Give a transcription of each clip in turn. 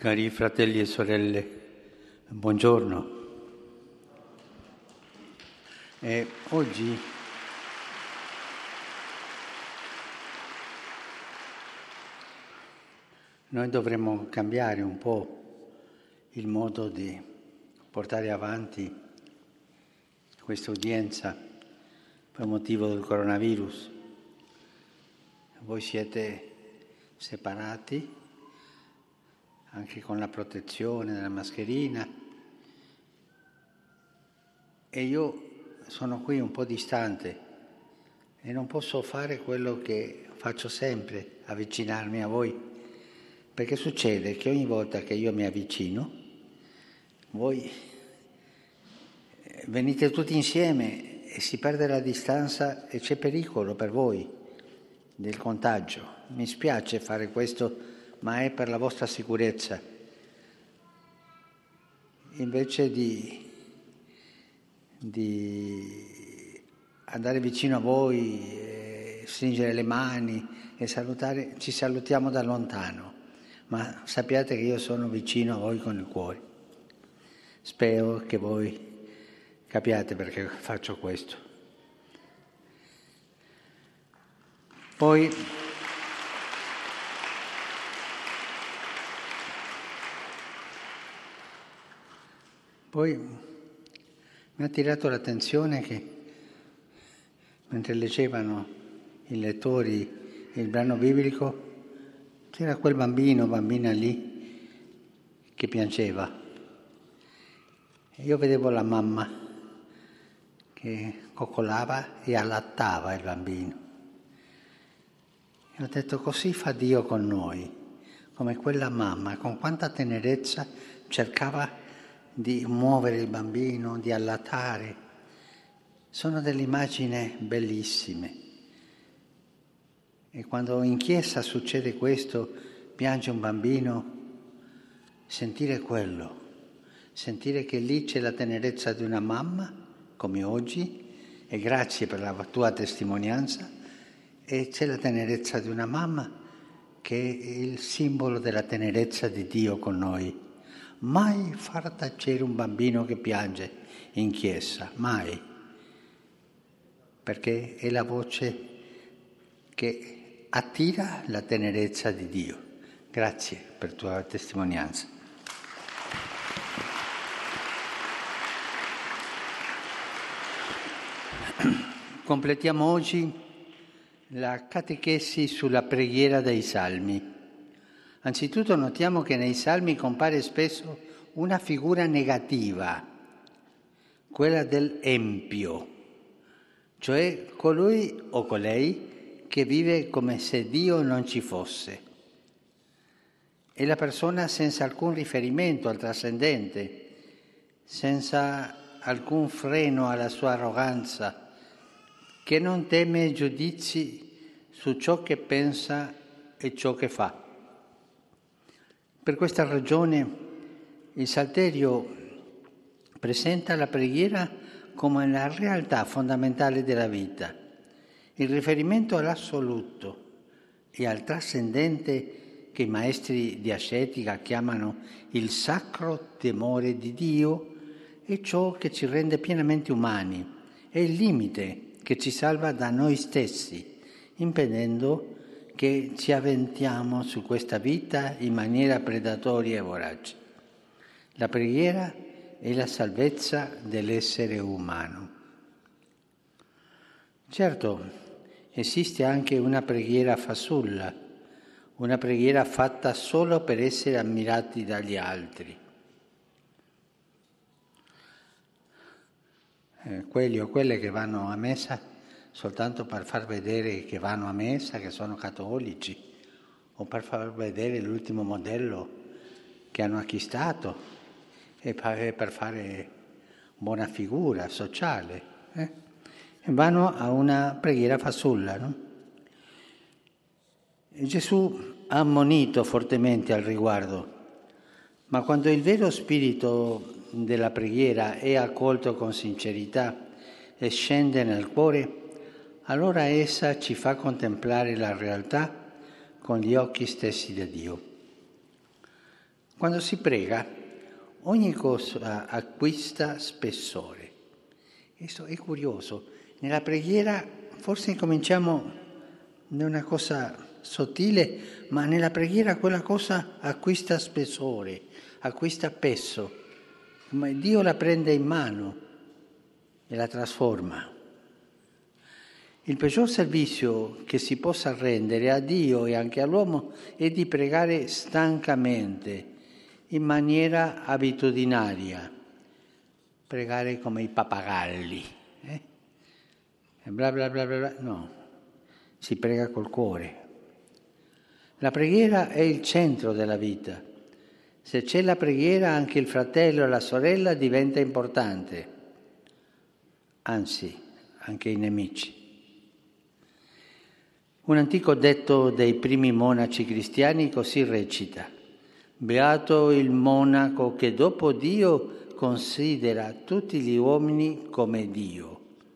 Cari fratelli e sorelle, buongiorno. Oggi noi dovremmo cambiare un po' il modo di portare avanti questa udienza per motivo del coronavirus. Voi siete separati, anche con la protezione della mascherina, e io sono qui un po' distante e non posso fare quello che faccio sempre, avvicinarmi a voi, perché succede che ogni volta che io mi avvicino, voi venite tutti insieme e si perde la distanza e c'è pericolo per voi del contagio. Mi spiace fare questo, ma è per la vostra sicurezza. Invece di andare vicino a voi, stringere le mani e salutare, ci salutiamo da lontano, ma sappiate che io sono vicino a voi con il cuore. Spero che voi capiate perché faccio questo. Poi mi ha attirato l'attenzione che mentre leggevano i lettori il brano biblico c'era quel bambina lì che piangeva. E io vedevo la mamma che coccolava e allattava il bambino. E ho detto, così fa Dio con noi, come quella mamma, con quanta tenerezza cercava di muovere il bambino, di allattare. Sono delle immagini bellissime. E quando in chiesa succede questo, piange un bambino, sentire quello, sentire che lì c'è la tenerezza di una mamma, come oggi, e grazie per la tua testimonianza, e c'è la tenerezza di una mamma che è il simbolo della tenerezza di Dio con noi. Mai far tacere un bambino che piange in chiesa, mai, perché è la voce che attira la tenerezza di Dio. Grazie per tua testimonianza. Completiamo oggi la catechesi sulla preghiera dei Salmi. Anzitutto notiamo che nei Salmi compare spesso una figura negativa, quella dell'empio, cioè colui o colei che vive come se Dio non ci fosse. È la persona senza alcun riferimento al trascendente, senza alcun freno alla sua arroganza, che non teme giudizi su ciò che pensa e ciò che fa. Per questa ragione il Salterio presenta la preghiera come la realtà fondamentale della vita, il riferimento all'assoluto e al trascendente che i maestri di ascetica chiamano il sacro temore di Dio, è ciò che ci rende pienamente umani, è il limite che ci salva da noi stessi, impedendo che ci avventiamo su questa vita in maniera predatoria e vorace. La preghiera è la salvezza dell'essere umano. Certo, esiste anche una preghiera fasulla, una preghiera fatta solo per essere ammirati dagli altri. Quelli o quelle che vanno a messa soltanto per far vedere che vanno a messa, che sono cattolici, o per far vedere l'ultimo modello che hanno acquistato e per fare buona figura sociale. E vanno a una preghiera fasulla, no? E Gesù ha ammonito fortemente al riguardo, ma quando il vero spirito della preghiera è accolto con sincerità e scende nel cuore, allora essa ci fa contemplare la realtà con gli occhi stessi di Dio. Quando si prega, ogni cosa acquista spessore. Questo è curioso. Nella preghiera forse cominciamo da una cosa sottile, ma nella preghiera quella cosa acquista spessore, acquista peso. Ma Dio la prende in mano e la trasforma. Il peggior servizio che si possa rendere a Dio e anche all'uomo è di pregare stancamente, in maniera abitudinaria, pregare come i pappagalli. Bla bla bla bla bla. No, si prega col cuore. La preghiera è il centro della vita. Se c'è la preghiera, anche il fratello e la sorella diventa importante, anzi, anche i nemici. Un antico detto dei primi monaci cristiani così recita: beato il monaco che dopo Dio considera tutti gli uomini come Dio.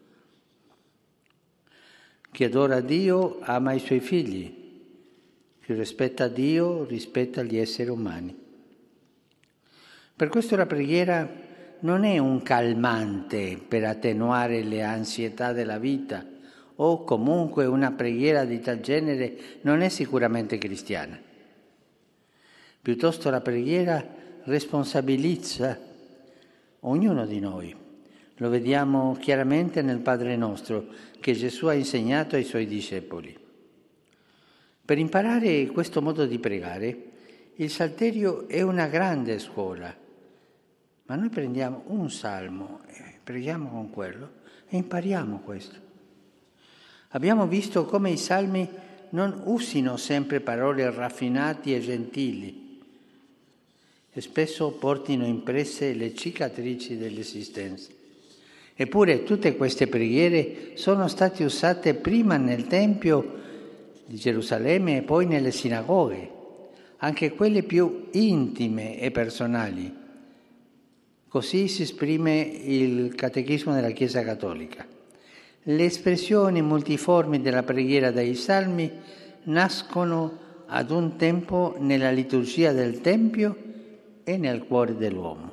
Chi adora Dio ama i suoi figli, chi rispetta Dio rispetta gli esseri umani. Per questo la preghiera non è un calmante per attenuare le ansietà della vita, o comunque una preghiera di tal genere non è sicuramente cristiana. Piuttosto la preghiera responsabilizza ognuno di noi. Lo vediamo chiaramente nel Padre Nostro che Gesù ha insegnato ai Suoi discepoli. Per imparare questo modo di pregare, il Salterio è una grande scuola. Ma noi prendiamo un salmo, preghiamo con quello e impariamo questo. Abbiamo visto come i salmi non usino sempre parole raffinate e gentili e spesso portino impresse le cicatrici dell'esistenza. Eppure tutte queste preghiere sono state usate prima nel Tempio di Gerusalemme e poi nelle sinagoghe, anche quelle più intime e personali. Così si esprime il Catechismo della Chiesa Cattolica. Le espressioni multiformi della preghiera dei Salmi nascono ad un tempo nella liturgia del Tempio e nel cuore dell'uomo.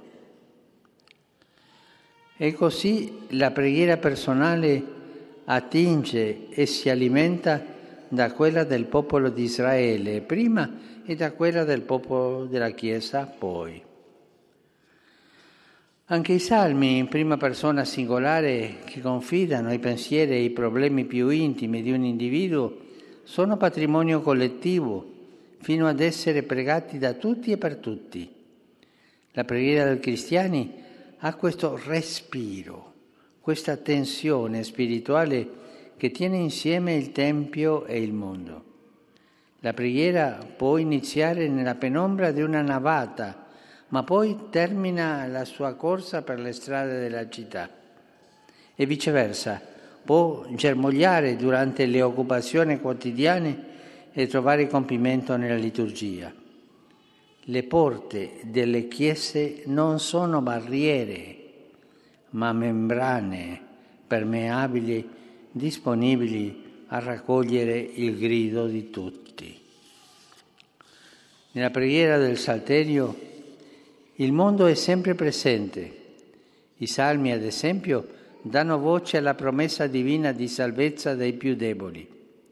E così la preghiera personale attinge e si alimenta da quella del popolo di Israele prima e da quella del popolo della Chiesa poi. Anche i salmi in prima persona singolare che confidano i pensieri e i problemi più intimi di un individuo sono patrimonio collettivo fino ad essere pregati da tutti e per tutti. La preghiera dei cristiani ha questo respiro, questa tensione spirituale che tiene insieme il Tempio e il mondo. La preghiera può iniziare nella penombra di una navata, ma poi termina la sua corsa per le strade della città. E viceversa, può germogliare durante le occupazioni quotidiane e trovare compimento nella liturgia. Le porte delle chiese non sono barriere, ma membrane permeabili, disponibili a raccogliere il grido di tutti. Nella preghiera del Salterio il mondo è sempre presente. I salmi, ad esempio, danno voce alla promessa divina di salvezza dei più deboli.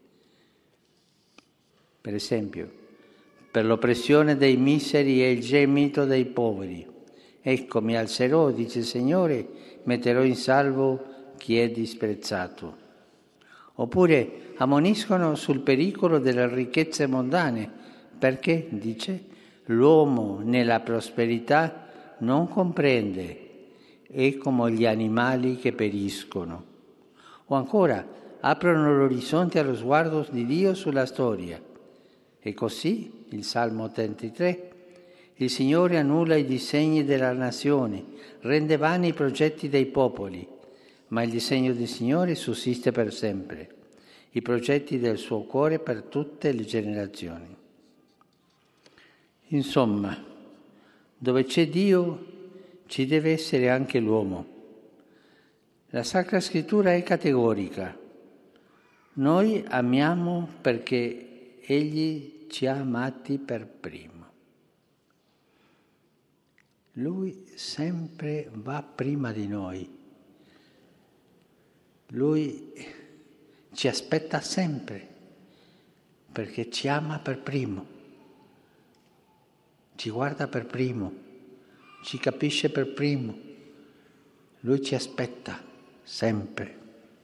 Per esempio, per l'oppressione dei miseri e il gemito dei poveri. Ecco, mi alzerò, dice il Signore, metterò in salvo chi è disprezzato. Oppure ammoniscono sul pericolo delle ricchezze mondane, perché, dice, l'uomo nella prosperità non comprende, è come gli animali che periscono. O ancora, aprono l'orizzonte allo sguardo di Dio sulla storia. E così, il Salmo 33, il Signore annulla i disegni della nazione, rende vani i progetti dei popoli, ma il disegno del Signore sussiste per sempre, i progetti del suo cuore per tutte le generazioni. Insomma, dove c'è Dio ci deve essere anche l'uomo. La Sacra Scrittura è categorica. Noi amiamo perché Egli ci ha amati per primo. Lui sempre va prima di noi. Lui ci aspetta sempre, perché ci ama per primo, ci guarda per primo, ci capisce per primo. Lui ci aspetta sempre.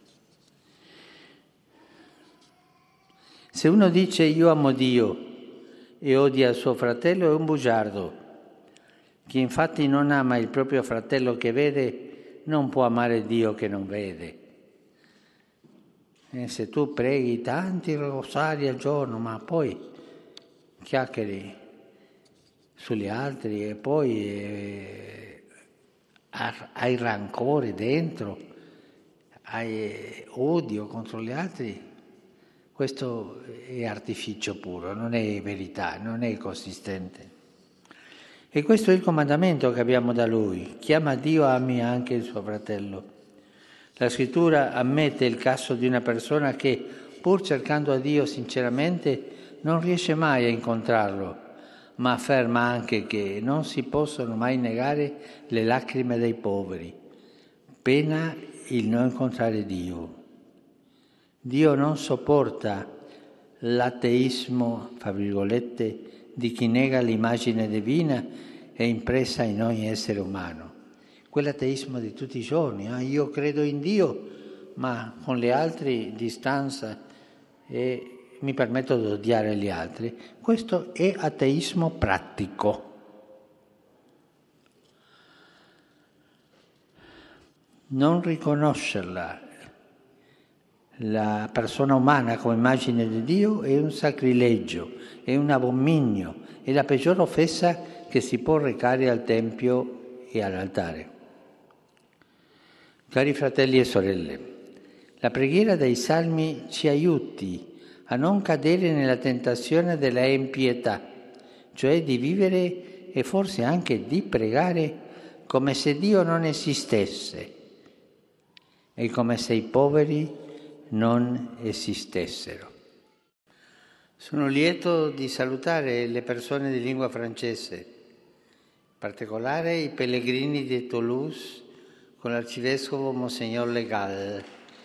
Se uno dice io amo Dio e odia il suo fratello è un bugiardo. Chi infatti non ama il proprio fratello che vede non può amare Dio che non vede. E se tu preghi tanti rosari al giorno, ma poi chiacchieri sugli altri e poi hai rancore dentro, hai odio contro gli altri, questo è artificio puro, non è verità, non è consistente. E questo è il comandamento che abbiamo da Lui. Chi ama Dio ami anche il suo fratello. La Scrittura ammette il caso di una persona che, pur cercando a Dio sinceramente, non riesce mai a incontrarlo, ma afferma anche che non si possono mai negare le lacrime dei poveri, pena il non incontrare Dio. Dio non sopporta l'ateismo, fra virgolette, di chi nega l'immagine divina e impressa in ogni essere umano. Quell'ateismo di tutti i giorni, io credo in Dio, ma con gli altri distanza e mi permetto di odiare gli altri. Questo è ateismo pratico. Non riconoscerla, la persona umana come immagine di Dio, è un sacrilegio, è un abominio, è la peggiore offesa che si può recare al Tempio e all'altare. Cari fratelli e sorelle, la preghiera dei Salmi ci aiuti a non cadere nella tentazione della impietà, cioè di vivere e forse anche di pregare come se Dio non esistesse e come se i poveri non esistessero. Sono lieto di salutare le persone di lingua francese, in particolare i pellegrini di Toulouse con l'arcivescovo Monsignor Legal.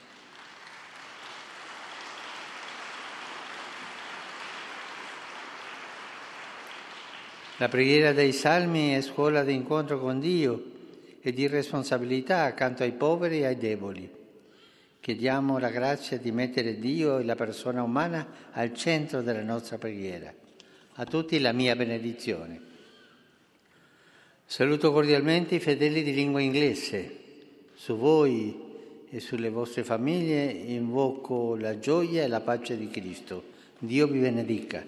La preghiera dei Salmi è scuola di incontro con Dio e di responsabilità accanto ai poveri e ai deboli. Chiediamo la grazia di mettere Dio e la persona umana al centro della nostra preghiera. A tutti la mia benedizione. Saluto cordialmente i fedeli di lingua inglese. Su voi e sulle vostre famiglie invoco la gioia e la pace di Cristo. Dio vi benedica.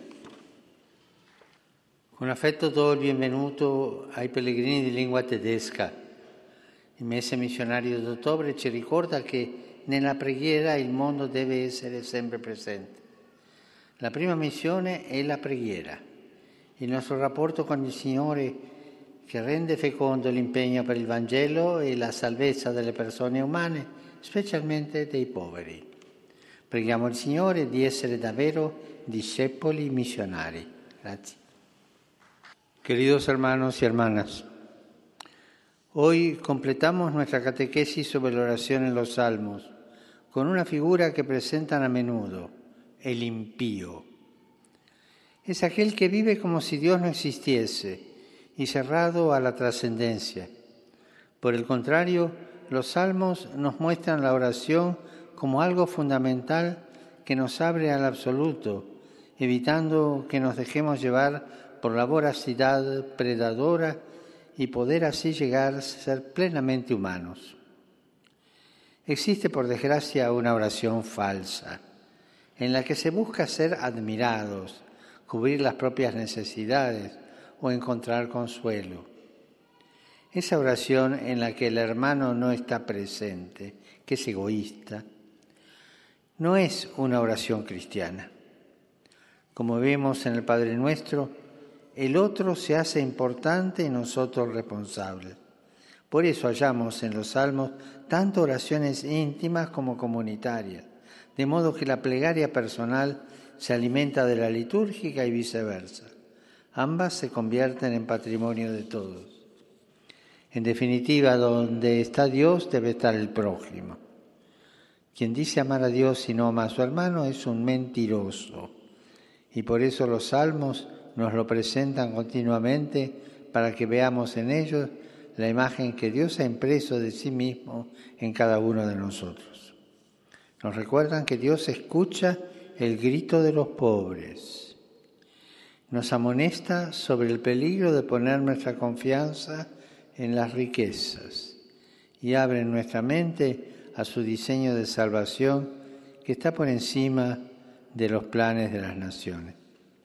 Con affetto do il benvenuto ai pellegrini di lingua tedesca. Il mese missionario d'ottobre ci ricorda che nella preghiera il mondo deve essere sempre presente. La prima missione è la preghiera, il nostro rapporto con il Signore che rende fecondo l'impegno per il Vangelo e la salvezza delle persone umane, specialmente dei poveri. Preghiamo il Signore di essere davvero discepoli missionari. Grazie. Queridos hermanos y hermanas, hoy completamos nuestra catequesis sobre la oración en los Salmos con una figura que presentan a menudo, el impío. Es aquel que vive como si Dios no existiese y cerrado a la trascendencia. Por el contrario, los Salmos nos muestran la oración como algo fundamental que nos abre al absoluto, evitando que nos dejemos llevar por la voracidad predadora y poder así llegar a ser plenamente humanos. Existe, por desgracia, una oración falsa, en la que se busca ser admirados, cubrir las propias necesidades o encontrar consuelo. Esa oración en la que el hermano no está presente, que es egoísta, no es una oración cristiana. Como vemos en el Padre Nuestro, el otro se hace importante y nosotros responsables. Por eso hallamos en los Salmos tanto oraciones íntimas como comunitarias, de modo que la plegaria personal se alimenta de la litúrgica y viceversa. Ambas se convierten en patrimonio de todos. En definitiva, donde está Dios debe estar el prójimo. Quien dice amar a Dios y no ama a su hermano es un mentiroso. Y por eso los salmos nos lo presentan continuamente para que veamos en ellos la imagen que Dios ha impreso de sí mismo en cada uno de nosotros. Nos recuerdan que Dios escucha el grito de los pobres. Nos amonesta sobre el peligro de poner nuestra confianza en las riquezas y abre nuestra mente a su diseño de salvación que está por encima de los planes de las naciones.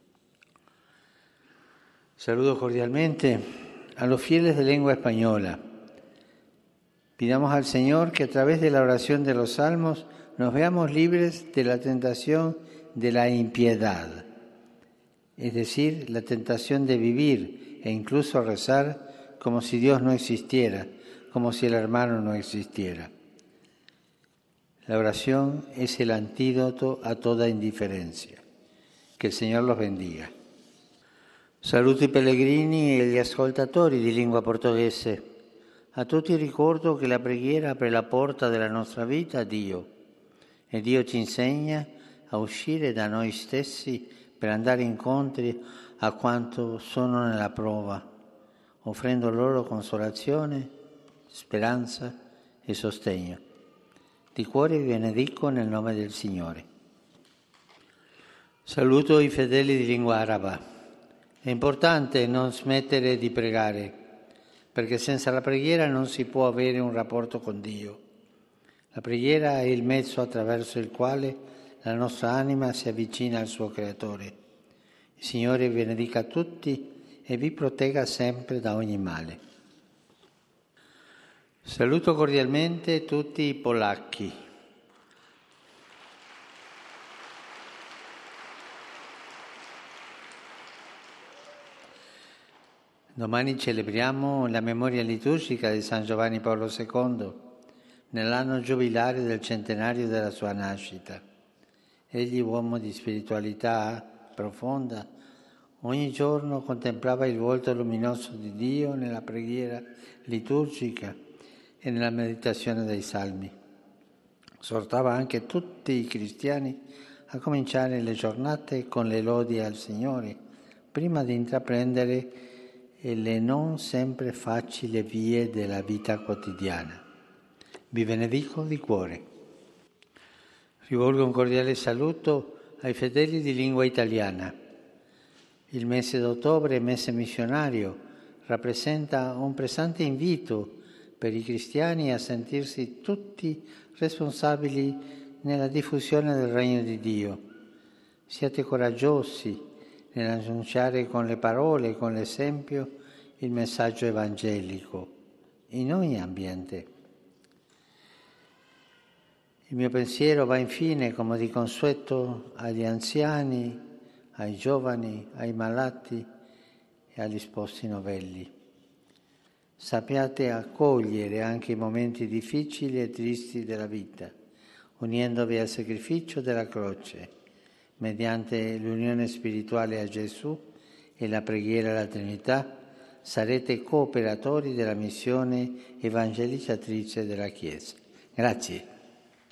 Saludo cordialmente a los fieles de lengua española. Pidamos al Señor que a través de la oración de los salmos nos veamos libres de la tentación de la impiedad, es decir, la tentación de vivir e incluso rezar como si Dios no existiera, como si el hermano no existiera. La oración es el antídoto a toda indiferencia. Que il Signore los bendiga. Saluto i pellegrini e gli ascoltatori di lingua portoghese. A tutti ricordo che la preghiera apre la porta della nostra vita a Dio e Dio ci insegna a uscire da noi stessi per andare incontro a quanto sono nella prova, offrendo loro consolazione, speranza e sostegno. Di cuore vi benedico nel nome del Signore. Saluto i fedeli di lingua araba. È importante non smettere di pregare, perché senza la preghiera non si può avere un rapporto con Dio. La preghiera è il mezzo attraverso il quale la nostra anima si avvicina al suo Creatore. Il Signore vi benedica a tutti e vi protegga sempre da ogni male. Saluto cordialmente tutti i polacchi. Domani celebriamo la memoria liturgica di San Giovanni Paolo II, nell'anno giubilare del centenario della sua nascita. Egli, uomo di spiritualità profonda, ogni giorno contemplava il volto luminoso di Dio nella preghiera liturgica e nella meditazione dei salmi. Esortava anche tutti i cristiani a cominciare le giornate con le lodi al Signore, prima di intraprendere le non sempre facili vie della vita quotidiana. Vi benedico di cuore. Rivolgo un cordiale saluto ai fedeli di lingua italiana. Il mese d'ottobre, mese missionario, rappresenta un pressante invito per i cristiani a sentirsi tutti responsabili nella diffusione del Regno di Dio. Siate coraggiosi nell'annunciare con le parole e con l'esempio il messaggio evangelico in ogni ambiente. Il mio pensiero va infine, come di consueto, agli anziani, ai giovani, ai malati e agli sposi novelli. Sappiate accogliere anche i momenti difficili e tristi della vita, uniendovi al sacrificio della croce, mediante l'unione spirituale a Gesù e la preghiera alla Trinità, sarete cooperatori della missione evangelizzatrice della Chiesa. Grazie.